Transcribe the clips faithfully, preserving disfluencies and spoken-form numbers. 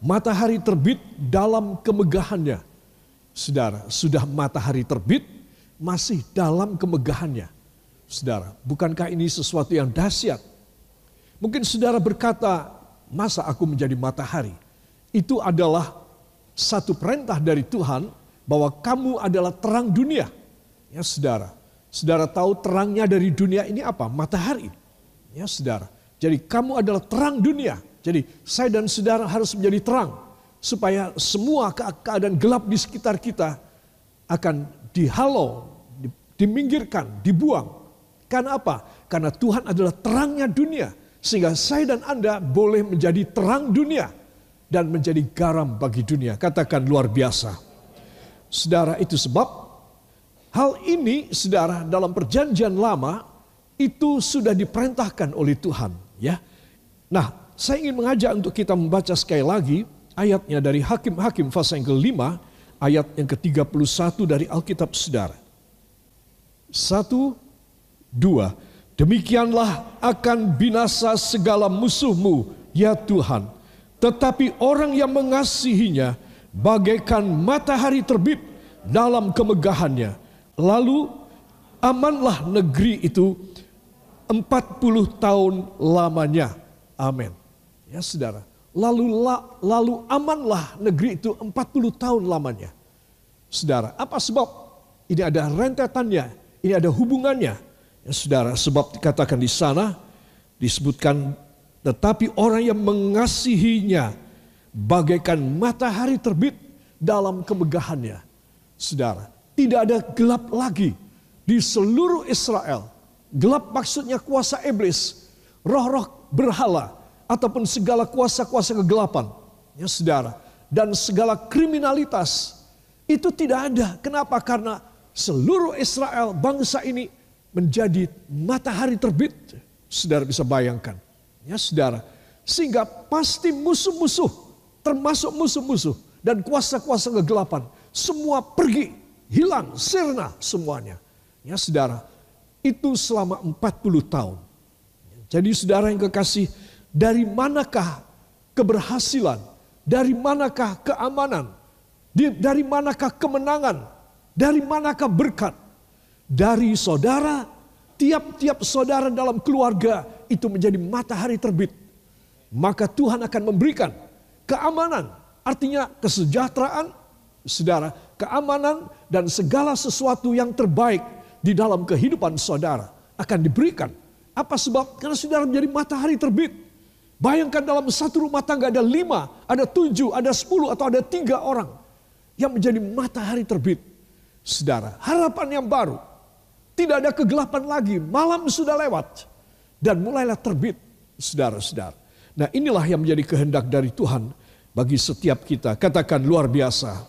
matahari terbit dalam kemegahannya. Saudara, sudah matahari terbit, masih dalam kemegahannya. Saudara, bukankah ini sesuatu yang dahsyat? Mungkin saudara berkata, masa aku menjadi matahari? Itu adalah satu perintah dari Tuhan bahwa kamu adalah terang dunia. Ya saudara, saudara tahu terangnya dari dunia ini apa? Matahari. Ya saudara, jadi kamu adalah terang dunia. Jadi saya dan saudara harus menjadi terang. Supaya semua keadaan gelap di sekitar kita akan dihalau, diminggirkan, dibuang. Karena apa? Karena Tuhan adalah terangnya dunia. Sehingga saya dan Anda boleh menjadi terang dunia. Dan menjadi garam bagi dunia. Katakan luar biasa. Saudara, itu sebab hal ini saudara dalam perjanjian lama itu sudah diperintahkan oleh Tuhan. Ya. Nah, saya ingin mengajak untuk kita membaca sekali lagi ayatnya dari Hakim-Hakim pasal yang kelima, ayat yang ke tiga puluh satu dari Alkitab saudara. Satu, dua. Demikianlah akan binasa segala musuhmu, ya Tuhan. Tetapi orang yang mengasihinya bagaikan matahari terbit dalam kemegahannya. Lalu amanlah negeri itu empat puluh tahun lamanya. Amin. Ya saudara. Lalu lalu amanlah negeri itu empat puluh tahun lamanya. Saudara, apa sebab? Ini ada rentetannya, ini ada hubungannya. Ya saudara, sebab dikatakan di sana, disebutkan, tetapi orang yang mengasihinya bagaikan matahari terbit dalam kemegahannya. Saudara, tidak ada gelap lagi di seluruh Israel. Gelap maksudnya kuasa iblis, roh-roh berhala, ataupun segala kuasa-kuasa kegelapan, ya saudara, dan segala kriminalitas itu tidak ada. Kenapa? Karena seluruh Israel, bangsa ini menjadi matahari terbit. Saudara bisa bayangkan, ya saudara, sehingga pasti musuh-musuh, termasuk musuh-musuh dan kuasa-kuasa kegelapan, semua pergi, hilang, sirna semuanya. Ya saudara, itu selama empat puluh tahun. Jadi saudara yang kekasih, dari manakah keberhasilan? Dari manakah keamanan? Dari manakah kemenangan? Dari manakah berkat? Dari saudara, tiap-tiap saudara dalam keluarga itu menjadi matahari terbit. Maka Tuhan akan memberikan keamanan, artinya kesejahteraan, saudara, keamanan dan segala sesuatu yang terbaik di dalam kehidupan saudara akan diberikan. Apa sebab? Karena saudara menjadi matahari terbit. Bayangkan dalam satu rumah tangga ada lima, ada tujuh, ada sepuluh, atau ada tiga orang yang menjadi matahari terbit. Saudara, harapan yang baru. Tidak ada kegelapan lagi, malam sudah lewat. Dan mulailah terbit, saudara-saudara. Nah inilah yang menjadi kehendak dari Tuhan bagi setiap kita. Katakan luar biasa.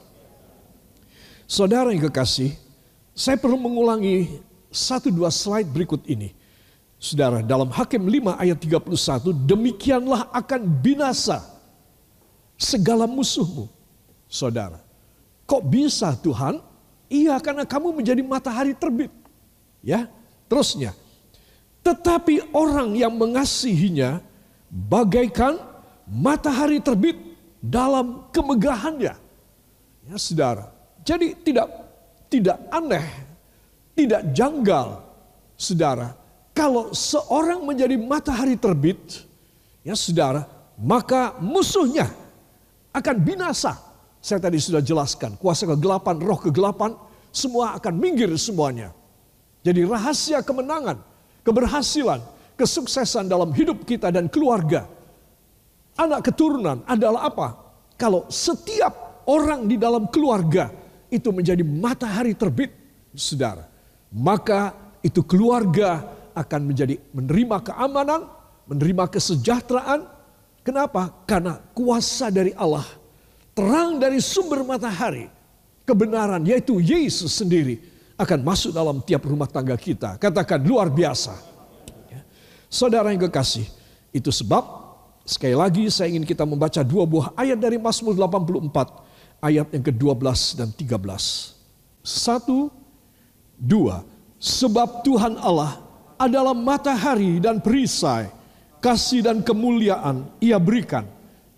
Saudara yang kekasih, saya perlu mengulangi satu dua slide berikut ini. Saudara, dalam Hakim lima ayat tiga puluh satu, demikianlah akan binasa segala musuhmu. Saudara, kok bisa Tuhan? Iya, karena kamu menjadi matahari terbit. Ya, terusnya. Tetapi orang yang mengasihinya bagaikan matahari terbit dalam kemegahannya. Ya, saudara. Jadi tidak tidak aneh, tidak janggal, saudara. Kalau seorang menjadi matahari terbit, ya saudara, maka musuhnya akan binasa. Saya tadi sudah jelaskan, kuasa kegelapan, roh kegelapan, semua akan minggir semuanya. Jadi rahasia kemenangan, keberhasilan, kesuksesan dalam hidup kita dan keluarga, anak keturunan adalah apa? Kalau setiap orang di dalam keluarga itu menjadi matahari terbit, saudara, maka itu keluarga akan menjadi menerima keamanan, menerima kesejahteraan. Kenapa? Karena kuasa dari Allah, terang dari sumber matahari, kebenaran yaitu Yesus sendiri akan masuk dalam tiap rumah tangga kita. Katakan luar biasa. Ya. Saudara yang kekasih, itu sebab sekali lagi saya ingin kita membaca dua buah ayat dari Mazmur delapan puluh empat ayat yang ke dua belas dan tiga belas. Satu, dua. Sebab Tuhan Allah adalah matahari dan perisai, kasih dan kemuliaan ia berikan.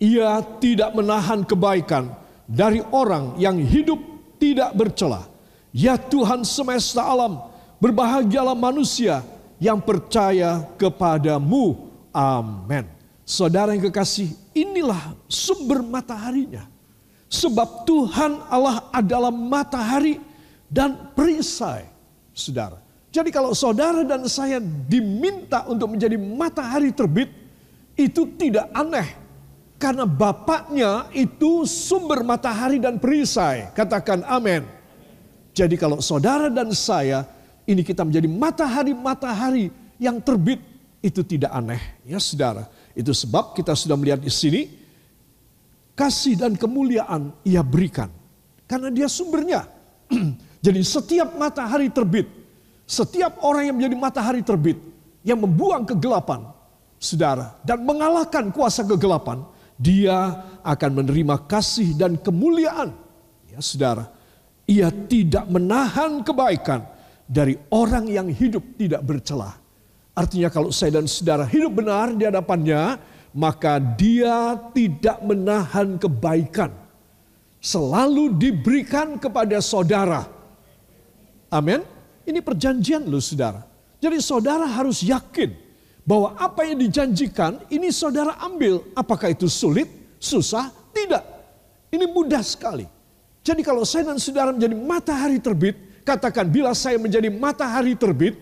Ia tidak menahan kebaikan dari orang yang hidup tidak bercela. Ya Tuhan semesta alam, berbahagialah manusia yang percaya kepadamu. Amin. Saudara yang kekasih, inilah sumber mataharinya. Sebab Tuhan Allah adalah matahari dan perisai. Saudara. Jadi kalau saudara dan saya diminta untuk menjadi matahari terbit, itu tidak aneh. Karena Bapaknya itu sumber matahari dan perisai. Katakan amin. Jadi kalau saudara dan saya, ini kita menjadi matahari-matahari yang terbit, itu tidak aneh. Ya saudara, itu sebab kita sudah melihat di sini, kasih dan kemuliaan Ia berikan. Karena Dia sumbernya. Jadi setiap matahari terbit, setiap orang yang menjadi matahari terbit, yang membuang kegelapan, saudara, dan mengalahkan kuasa kegelapan, dia akan menerima kasih dan kemuliaan. Ya saudara, Ia tidak menahan kebaikan dari orang yang hidup tidak bercela. Artinya kalau saya dan saudara hidup benar di hadapannya, maka Dia tidak menahan kebaikan. Selalu diberikan kepada saudara. Amin. Ini perjanjian loh saudara. Jadi saudara harus yakin bahwa apa yang dijanjikan ini saudara ambil. Apakah itu sulit, susah? Tidak. Ini mudah sekali. Jadi kalau saya dan saudara menjadi matahari terbit, katakan bila saya menjadi matahari terbit,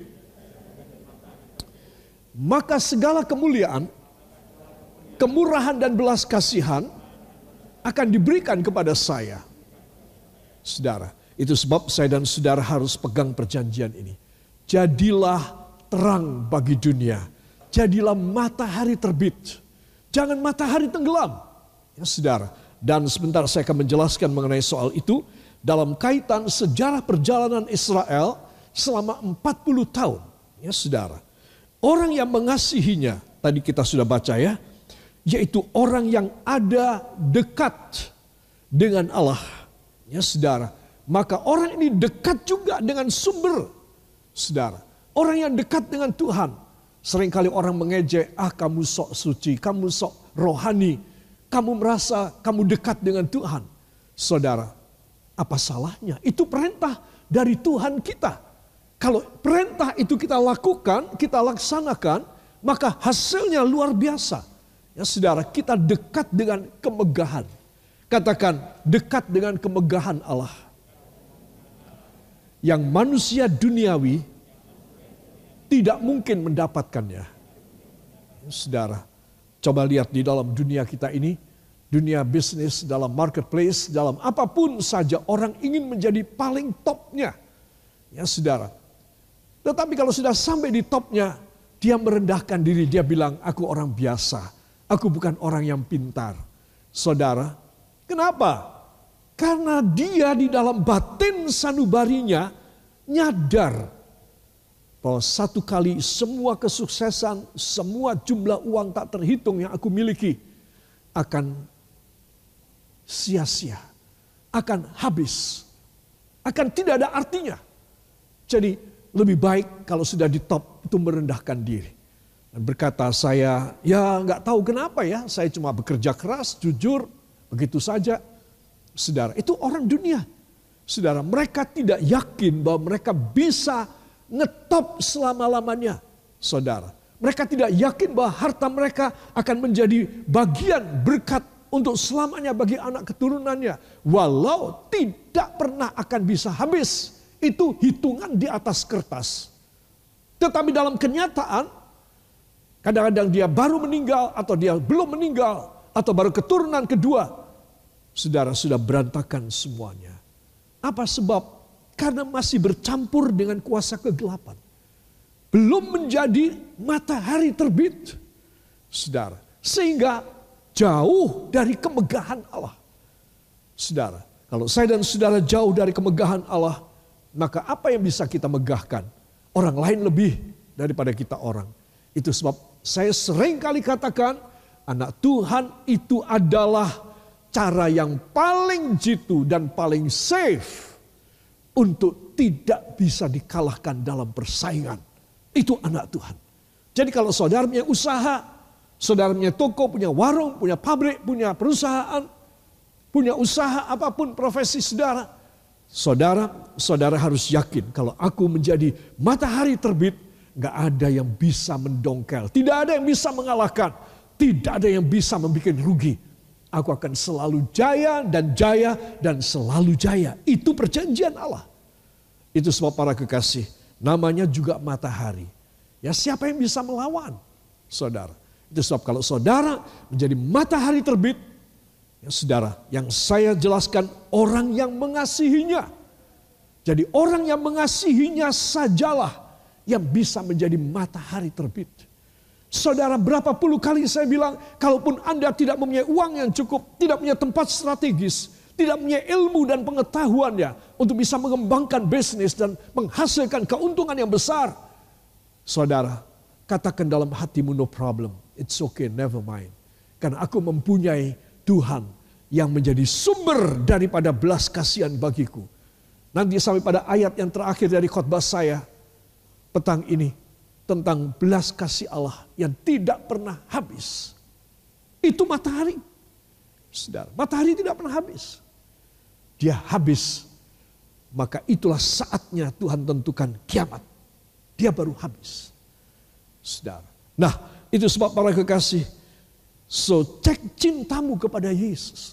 maka segala kemuliaan, kemurahan dan belas kasihan akan diberikan kepada saya. Saudara, itu sebab saya dan saudara harus pegang perjanjian ini. Jadilah terang bagi dunia. Jadilah matahari terbit. Jangan matahari tenggelam. Ya saudara. Dan sebentar saya akan menjelaskan mengenai soal itu. Dalam kaitan sejarah perjalanan Israel selama empat puluh tahun. Ya saudara. Orang yang mengasihinya. Tadi kita sudah baca ya. Yaitu orang yang ada dekat dengan Allah. Ya saudara. Maka orang ini dekat juga dengan sumber. Saudara. Orang yang dekat dengan Tuhan. Seringkali orang mengejek, ah kamu sok suci, kamu sok rohani. Kamu merasa kamu dekat dengan Tuhan. Saudara, apa salahnya? Itu perintah dari Tuhan kita. Kalau perintah itu kita lakukan, kita laksanakan, maka hasilnya luar biasa. Ya saudara, kita dekat dengan kemegahan. Katakan, dekat dengan kemegahan Allah. Yang manusia duniawi tidak mungkin mendapatkannya. Saudara, coba lihat di dalam dunia kita ini, dunia bisnis, dalam marketplace, dalam apapun saja orang ingin menjadi paling topnya. Ya saudara. Tetapi kalau sudah sampai di topnya, dia merendahkan diri, dia bilang, aku orang biasa, aku bukan orang yang pintar. Saudara, kenapa? Karena dia di dalam batin sanubarinya nyadar bahwa satu kali semua kesuksesan, semua jumlah uang tak terhitung yang aku miliki akan sia-sia, akan habis, akan tidak ada artinya. Jadi lebih baik kalau sudah di top itu merendahkan diri. Dan berkata saya, ya nggak tahu kenapa ya, saya cuma bekerja keras, jujur, begitu saja. Saudara, itu orang dunia. Saudara, mereka tidak yakin bahwa mereka bisa ngetop selama-lamanya, saudara. Mereka tidak yakin bahwa harta mereka akan menjadi bagian berkat untuk selamanya bagi anak keturunannya. Walau tidak pernah akan bisa habis. Itu hitungan di atas kertas. Tetapi dalam kenyataan, kadang-kadang dia baru meninggal atau dia belum meninggal atau baru keturunan kedua. Saudara, sudah berantakan semuanya. Apa sebab? Karena masih bercampur dengan kuasa kegelapan. Belum menjadi matahari terbit. Saudara. Sehingga jauh dari kemegahan Allah. Saudara. Kalau saya dan saudara jauh dari kemegahan Allah. Maka apa yang bisa kita megahkan? Orang lain lebih daripada kita orang. Itu sebab saya sering kali katakan. Anak Tuhan itu adalah cara yang paling jitu dan paling safe. Untuk tidak bisa dikalahkan dalam persaingan. Itu anak Tuhan. Jadi kalau saudara punya usaha, Saudara punya toko, punya warung, punya pabrik, punya perusahaan, punya usaha apapun profesi saudara. Saudara, saudara harus yakin kalau aku menjadi matahari terbit, gak ada yang bisa mendongkel. Tidak ada yang bisa mengalahkan. Tidak ada yang bisa membuat rugi. Aku akan selalu jaya dan jaya dan selalu jaya. Itu perjanjian Allah. Itu sebab para kekasih, namanya juga matahari. Ya siapa yang bisa melawan? Saudara. Itu sebab kalau saudara menjadi matahari terbit, ya saudara, yang saya jelaskan orang yang mengasihinya. Jadi orang yang mengasihinya sajalah yang bisa menjadi matahari terbit. Saudara, berapa puluh kali saya bilang, kalaupun Anda tidak mempunyai uang yang cukup, tidak punya tempat strategis, tidak punya ilmu dan pengetahuannya untuk bisa mengembangkan bisnis dan menghasilkan keuntungan yang besar. Saudara, katakan dalam hatimu, no problem, it's okay, never mind. Karena aku mempunyai Tuhan yang menjadi sumber daripada belas kasihan bagiku. Nanti sampai pada ayat yang terakhir dari khotbah saya petang ini, tentang belas kasih Allah yang tidak pernah habis. Itu matahari. Saudara, matahari tidak pernah habis. Dia habis, maka itulah saatnya Tuhan tentukan kiamat. Dia baru habis. Saudara. Nah, itu sebab para kekasih, so cek cintamu kepada Yesus.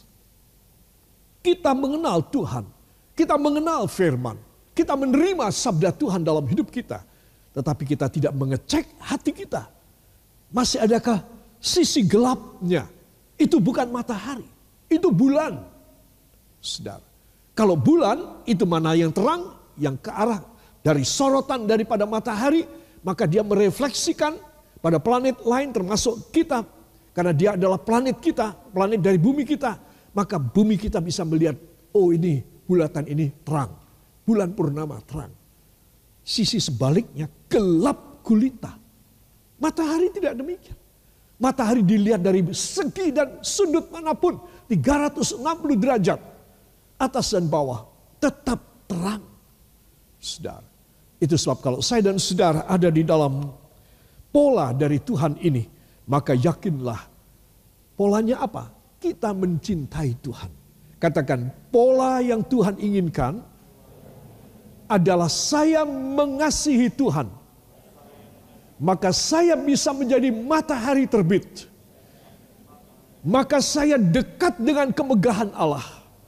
Kita mengenal Tuhan, kita mengenal firman, kita menerima sabda Tuhan dalam hidup kita. Tetapi kita tidak mengecek hati kita. Masih adakah sisi gelapnya? Itu bukan matahari, itu bulan. Saudara, kalau bulan itu mana yang terang, yang ke arah dari sorotan daripada matahari, maka dia merefleksikan pada planet lain termasuk kita. Karena dia adalah planet kita, planet dari bumi kita. Maka bumi kita bisa melihat, oh ini bulatan ini terang. Bulan purnama terang. Sisi sebaliknya gelap gulita. Matahari tidak demikian. Matahari dilihat dari segi dan sudut manapun. tiga ratus enam puluh derajat. Atas dan bawah. Tetap terang. Saudara. Itu sebab kalau saya dan saudara ada di dalam pola dari Tuhan ini. Maka yakinlah. Polanya apa? Kita mencintai Tuhan. Katakan pola yang Tuhan inginkan adalah saya mengasihi Tuhan. Maka saya bisa menjadi matahari terbit. Maka saya dekat dengan kemegahan Allah.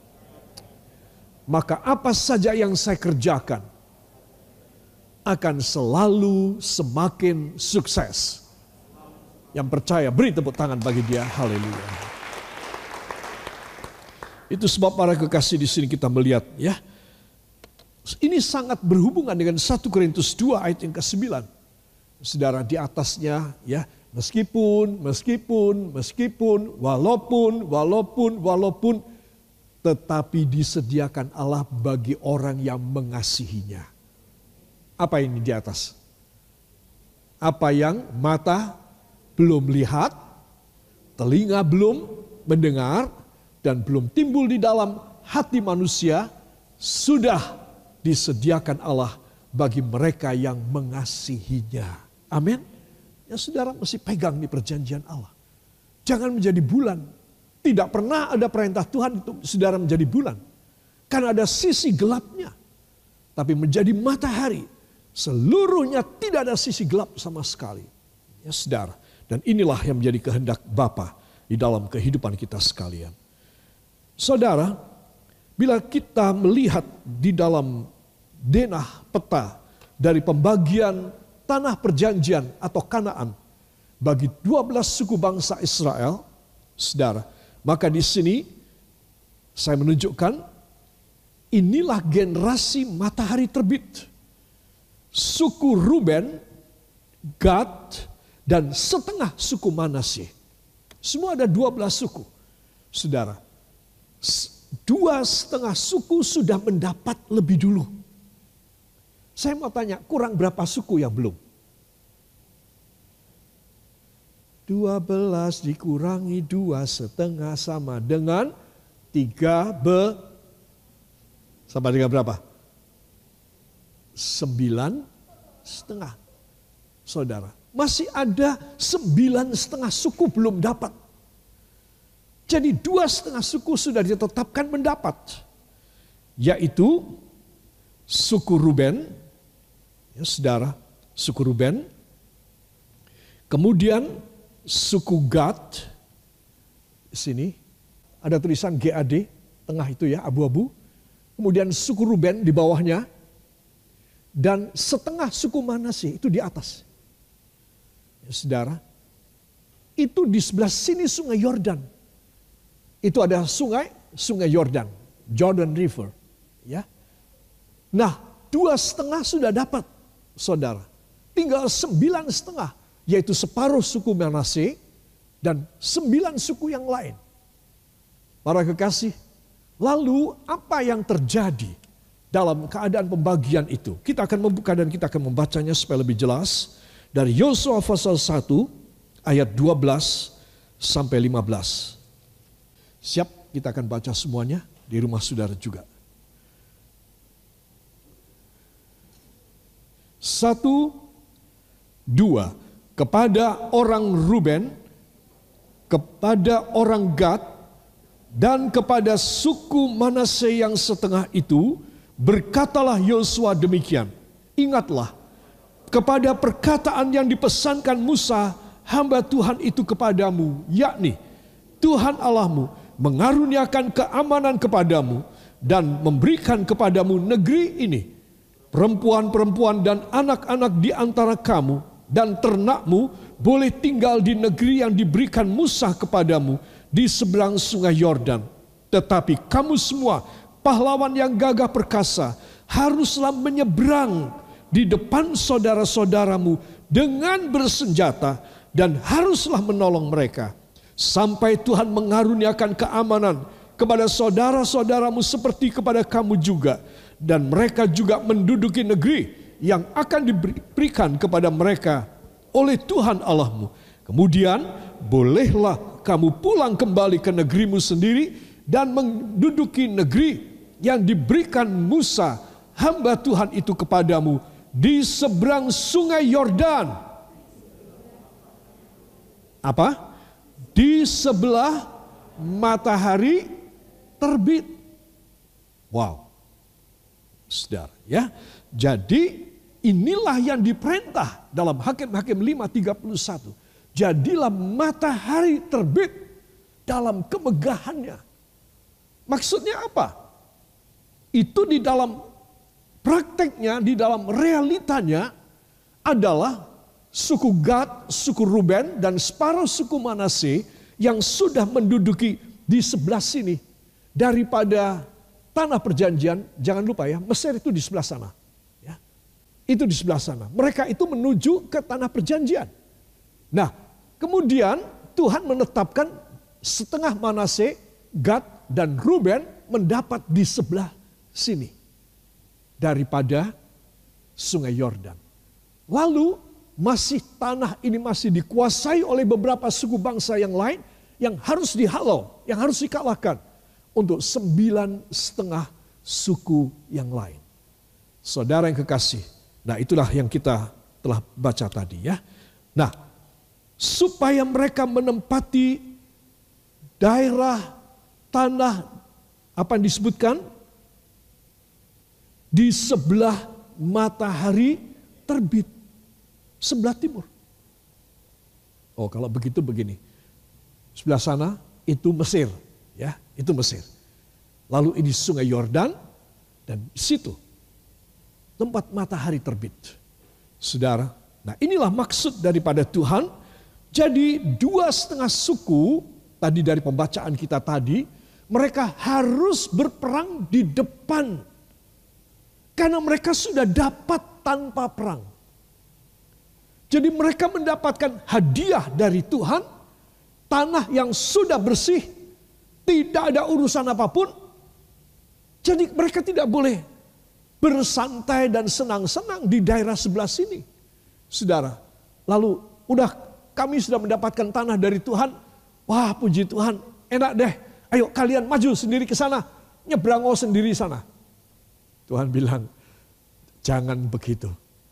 Maka apa saja yang saya kerjakan akan selalu semakin sukses. Yang percaya beri tepuk tangan bagi dia. Haleluya. Itu sebab para kekasih di sini kita melihat ya. Ini sangat berhubungan dengan satu Korintus dua ayat yang kesembilan. Saudara, di atasnya ya, meskipun, meskipun, meskipun, walaupun, walaupun, walaupun, tetapi disediakan Allah bagi orang yang mengasihinya. Apa ini di atas? Apa yang mata belum lihat, telinga belum mendengar, dan belum timbul di dalam hati manusia, sudah disediakan Allah bagi mereka yang mengasihinya. Amin. Ya saudara mesti pegang di perjanjian Allah. Jangan menjadi bulan. Tidak pernah ada perintah Tuhan untuk saudara menjadi bulan. Karena ada sisi gelapnya. Tapi menjadi matahari. Seluruhnya tidak ada sisi gelap sama sekali. Ya saudara. Dan inilah yang menjadi kehendak Bapa di dalam kehidupan kita sekalian. Saudara, bila kita melihat di dalam denah peta dari pembagian tanah perjanjian atau Kanaan bagi dua belas suku bangsa Israel, saudara, maka di sini saya menunjukkan inilah generasi matahari terbit. Suku Ruben, Gad, dan setengah suku Manasye. Semua ada dua belas suku. Saudara, dua setengah suku sudah mendapat lebih dulu. Saya mau tanya, kurang berapa suku yang belum? Dua belas dikurangi dua setengah sama dengan tiga be sama dengan berapa? Sembilan setengah. Saudara, masih ada sembilan setengah suku belum dapat. Jadi dua setengah suku sudah ditetapkan mendapat, yaitu suku Ruben, ya saudara, suku Ruben, kemudian suku Gad, di sini ada tulisan G A D, tengah itu ya, abu-abu, kemudian suku Ruben di bawahnya, dan setengah suku Manasye itu di atas. Ya, saudara, itu di sebelah sini sungai Yordan. Itu ada sungai, sungai Yordan, Jordan River. Ya, nah dua setengah sudah dapat, saudara. Tinggal sembilan setengah, yaitu separuh suku Manasye dan sembilan suku yang lain. Para kekasih, lalu apa yang terjadi dalam keadaan pembagian itu? Kita akan membuka dan kita akan membacanya supaya lebih jelas. Dari Yosua pasal satu ayat dua belas sampai lima belas. Siap, kita akan baca semuanya di rumah saudara juga. Satu, dua. Kepada orang Ruben, kepada orang Gad, dan kepada suku Manasye yang setengah itu, berkatalah Yosua demikian. Ingatlah kepada perkataan yang dipesankan Musa, hamba Tuhan itu kepadamu, yakni Tuhan Allahmu mengaruniakan keamanan kepadamu dan memberikan kepadamu negeri ini, perempuan-perempuan dan anak-anak di antara kamu dan ternakmu boleh tinggal di negeri yang diberikan Musa kepadamu di seberang sungai Yordan. Tetapi kamu semua pahlawan yang gagah perkasa haruslah menyeberang di depan saudara-saudaramu dengan bersenjata dan haruslah menolong mereka. Sampai Tuhan mengaruniakan keamanan kepada saudara-saudaramu seperti kepada kamu juga. Dan mereka juga menduduki negeri yang akan diberikan kepada mereka oleh Tuhan Allahmu. Kemudian bolehlah kamu pulang kembali ke negerimu sendiri dan menduduki negeri yang diberikan Musa, hamba Tuhan itu kepadamu di seberang sungai Yordan. Apa? Di sebelah matahari terbit. Wow. Saudara, ya. Jadi inilah yang diperintah dalam Hakim-Hakim lima tiga puluh satu. Jadilah matahari terbit dalam kemegahannya. Maksudnya apa? Itu di dalam prakteknya, di dalam realitanya adalah suku Gad, suku Ruben, dan separuh suku Manasye yang sudah menduduki di sebelah sini daripada tanah perjanjian. Jangan lupa ya, Mesir itu di sebelah sana. Ya, itu di sebelah sana. Mereka itu menuju ke tanah perjanjian. Nah, kemudian Tuhan menetapkan setengah Manasye, Gad, dan Ruben mendapat di sebelah sini daripada sungai Yordan. Lalu masih tanah ini masih dikuasai oleh beberapa suku bangsa yang lain yang harus dihalau, yang harus dikalahkan untuk sembilan setengah suku yang lain. Saudara yang kekasih, nah itulah yang kita telah baca tadi ya. Nah, supaya mereka menempati daerah tanah apa yang disebutkan di sebelah matahari terbit, sebelah timur. Oh, kalau begitu begini. Sebelah sana itu Mesir, ya, itu Mesir. Lalu ini sungai Yordan dan di situ tempat matahari terbit. Saudara, nah inilah maksud daripada Tuhan. Jadi dua setengah suku tadi dari pembacaan kita tadi, mereka harus berperang di depan. Karena mereka sudah dapat tanpa perang. Jadi mereka mendapatkan hadiah dari Tuhan, tanah yang sudah bersih, tidak ada urusan apapun. Jadi mereka tidak boleh bersantai dan senang-senang di daerah sebelah sini. Saudara, lalu udah kami sudah mendapatkan tanah dari Tuhan. Wah, puji Tuhan, enak deh. Ayo kalian maju sendiri ke sana, nyebrang oh sendiri sana. Tuhan bilang, jangan begitu.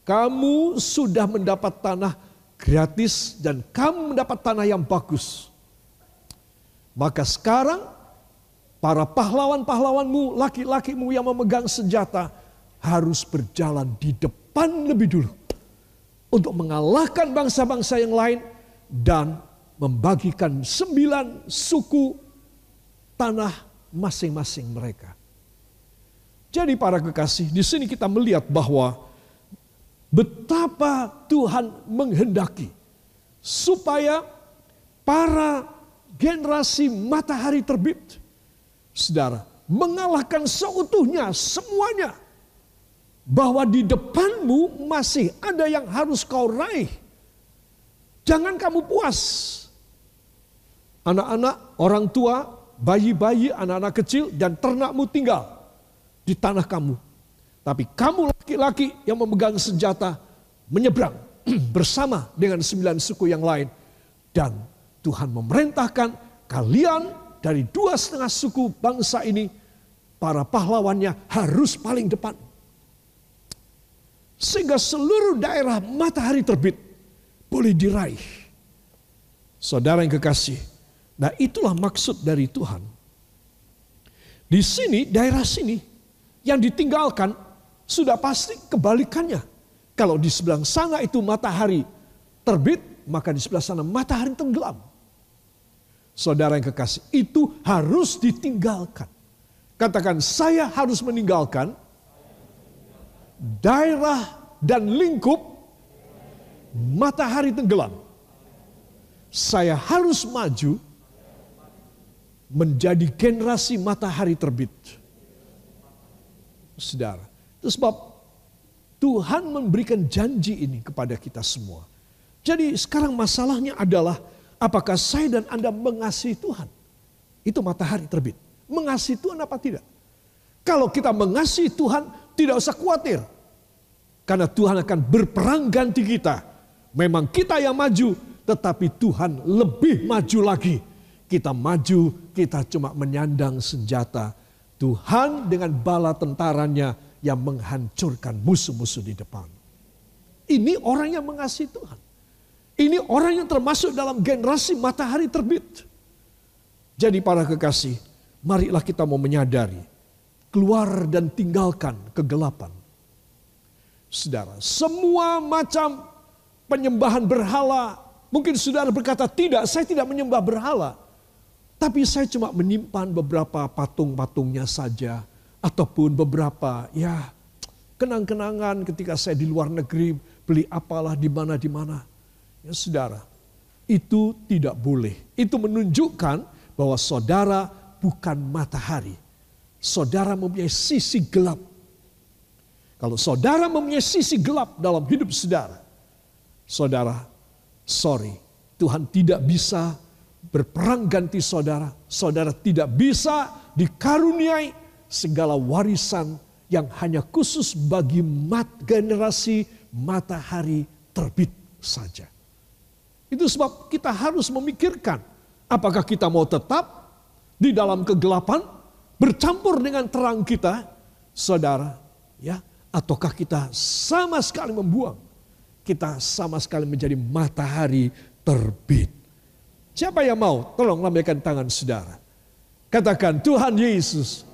Kamu sudah mendapat tanah gratis dan kamu mendapat tanah yang bagus. Maka sekarang para pahlawan-pahlawanmu, laki-lakimu yang memegang senjata harus berjalan di depan lebih dulu untuk mengalahkan bangsa-bangsa yang lain dan membagikan sembilan suku tanah masing-masing mereka. Jadi para kekasih, di sini kita melihat bahwa betapa Tuhan menghendaki supaya para generasi matahari terbit, saudara, mengalahkan seutuhnya semuanya. Bahwa di depanmu masih ada yang harus kau raih. Jangan kamu puas. Anak-anak, orang tua, bayi-bayi, anak-anak kecil dan ternakmu tinggal di tanah kamu. Tapi kamu laki-laki yang memegang senjata menyeberang bersama dengan sembilan suku yang lain. Dan Tuhan memerintahkan kalian dari dua setengah suku bangsa ini, para pahlawannya harus paling depan. Sehingga seluruh daerah matahari terbit boleh diraih. Saudara yang kekasih, nah itulah maksud dari Tuhan. Di sini, daerah sini, yang ditinggalkan sudah pasti kebalikannya. Kalau di sebelah sana itu matahari terbit, maka di sebelah sana matahari tenggelam. Saudara yang kekasih, itu harus ditinggalkan. Katakan, saya harus meninggalkan daerah dan lingkup matahari tenggelam. Saya harus maju menjadi generasi matahari terbit. Saudara, itu sebab Tuhan memberikan janji ini kepada kita semua. Jadi sekarang masalahnya adalah apakah saya dan Anda mengasihi Tuhan? Itu matahari terbit. Mengasihi Tuhan apa tidak? Kalau kita mengasihi Tuhan, tidak usah khawatir. Karena Tuhan akan berperang ganti kita. Memang kita yang maju, tetapi Tuhan lebih maju lagi. Kita maju, kita cuma menyandang senjata. Tuhan dengan bala tentaranya yang menghancurkan musuh-musuh di depan. Ini orang yang mengasihi Tuhan. Ini orang yang termasuk dalam generasi matahari terbit. Jadi para kekasih, marilah kita mau menyadari. Keluar dan tinggalkan kegelapan. Saudara, semua macam penyembahan berhala. Mungkin saudara berkata, tidak, saya tidak menyembah berhala. Tapi saya cuma menyimpan beberapa patung-patungnya saja. Ataupun beberapa, ya kenang-kenangan ketika saya di luar negeri. Beli apalah di mana-di mana. Ya saudara, itu tidak boleh. Itu menunjukkan bahwa saudara bukan matahari. Saudara mempunyai sisi gelap. Kalau saudara mempunyai sisi gelap dalam hidup saudara, saudara, sorry, Tuhan tidak bisa berperang ganti saudara. Saudara tidak bisa dikaruniai segala warisan yang hanya khusus bagi mat generasi matahari terbit saja. Itu sebab kita harus memikirkan apakah kita mau tetap di dalam kegelapan bercampur dengan terang kita, saudara, ya. Ataukah kita sama sekali membuang. Kita sama sekali menjadi matahari terbit. Siapa yang mau? Tolong lambaikan tangan saudara. Katakan, Tuhan Yesus,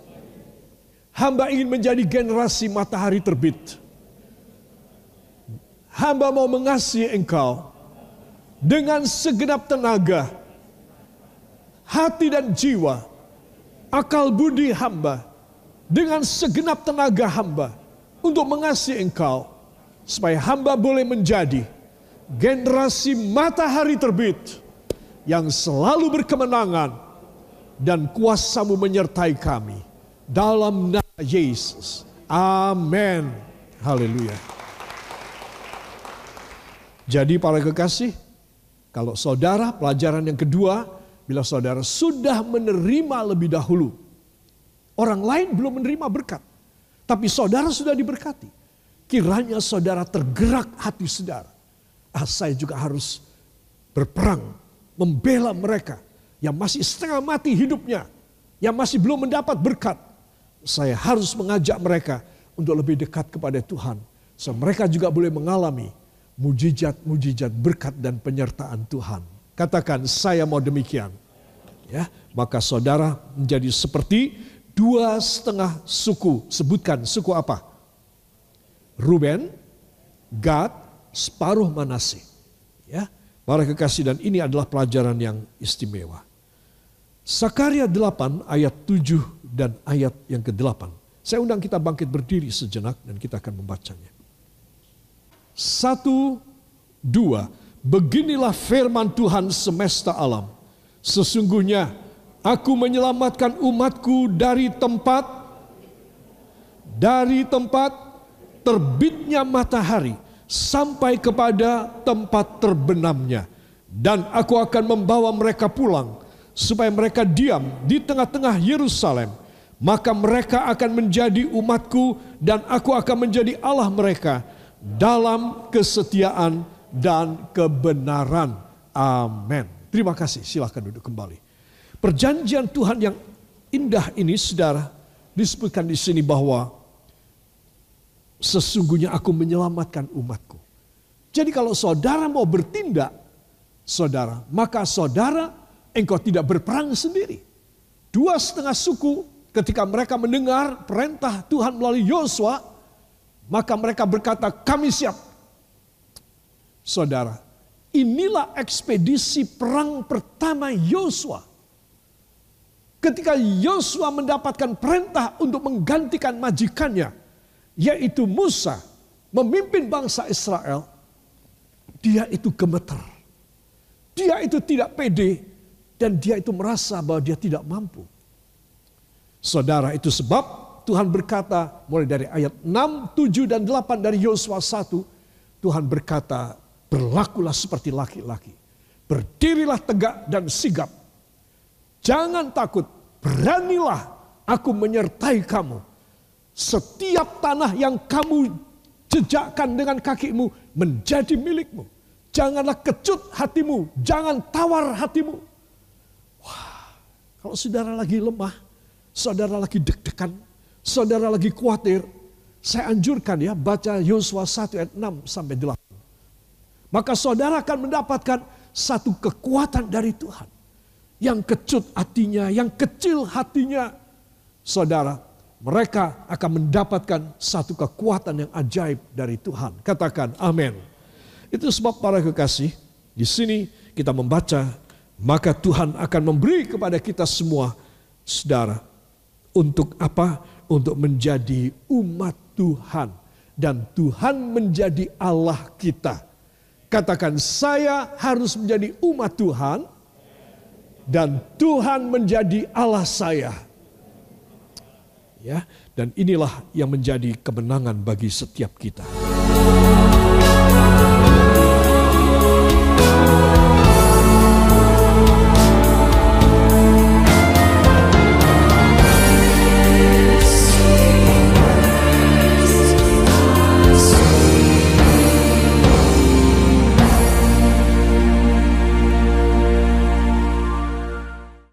hamba ingin menjadi generasi matahari terbit. Hamba mau mengasihi Engkau dengan segenap tenaga, hati dan jiwa, akal budi hamba, dengan segenap tenaga hamba. Untuk mengasihi Engkau, supaya hamba boleh menjadi generasi matahari terbit yang selalu berkemenangan dan kuasa-Mu menyertai kami. Dalam nama Yesus. Amin. Haleluya. Jadi para kekasih, kalau saudara, pelajaran yang kedua, bila saudara sudah menerima lebih dahulu, orang lain belum menerima berkat. Tapi saudara sudah diberkati. Kiranya saudara tergerak hati saudara. Ah, saya juga harus berperang. Membela mereka yang masih setengah mati hidupnya. Yang masih belum mendapat berkat. Saya harus mengajak mereka untuk lebih dekat kepada Tuhan. So, mereka juga boleh mengalami mujizat-mujizat berkat dan penyertaan Tuhan. Katakan, saya mau demikian. Ya, maka saudara menjadi seperti dua setengah suku. Sebutkan suku apa? Ruben, Gad, separuh Manasye. Ya, para kekasih, dan ini adalah pelajaran yang istimewa. Sakaria delapan ayat tujuh dan ayat yang kedelapan. Saya undang kita bangkit berdiri sejenak dan kita akan membacanya. Satu, dua. Beginilah firman Tuhan semesta alam. Sesungguhnya aku menyelamatkan umatku dari tempat dari tempat terbitnya matahari sampai kepada tempat terbenamnya. Dan aku akan membawa mereka pulang supaya mereka diam di tengah-tengah Yerusalem. Maka mereka akan menjadi umatku dan aku akan menjadi Allah mereka dalam kesetiaan dan kebenaran. Amin. Terima kasih, silakan duduk kembali. Perjanjian Tuhan yang indah ini, saudara, disebutkan di sini bahwa sesungguhnya aku menyelamatkan umatku. Jadi kalau saudara mau bertindak, saudara, maka saudara engkau tidak berperang sendiri. Dua setengah suku ketika mereka mendengar perintah Tuhan melalui Yosua, maka mereka berkata, kami siap. Saudara, inilah ekspedisi perang pertama Yosua. Ketika Yosua mendapatkan perintah untuk menggantikan majikannya, yaitu Musa, memimpin bangsa Israel, dia itu gemeter. Dia itu tidak pede dan dia itu merasa bahwa dia tidak mampu. Saudara, itu sebab Tuhan berkata mulai dari ayat enam, tujuh dan delapan dari Yosua satu, Tuhan berkata, berlakulah seperti laki-laki. Berdirilah tegak dan sigap. Jangan takut, beranilah, aku menyertai kamu. Setiap tanah yang kamu jejakkan dengan kakimu menjadi milikmu. Janganlah kecut hatimu, jangan tawar hatimu. Wah, kalau saudara lagi lemah, saudara lagi deg-degan, saudara lagi khawatir, saya anjurkan ya baca Yosua satu ayat enam sampai delapan. Maka saudara akan mendapatkan satu kekuatan dari Tuhan. Yang kecut hatinya, yang kecil hatinya, saudara, mereka akan mendapatkan satu kekuatan yang ajaib dari Tuhan. Katakan amin. Itu sebab para kekasih, di sini kita membaca, maka Tuhan akan memberi kepada kita semua, saudara, untuk apa? Untuk menjadi umat Tuhan. Dan Tuhan menjadi Allah kita. Katakan, saya harus menjadi umat Tuhan dan Tuhan menjadi Allah saya. Ya, dan inilah yang menjadi kemenangan bagi setiap kita.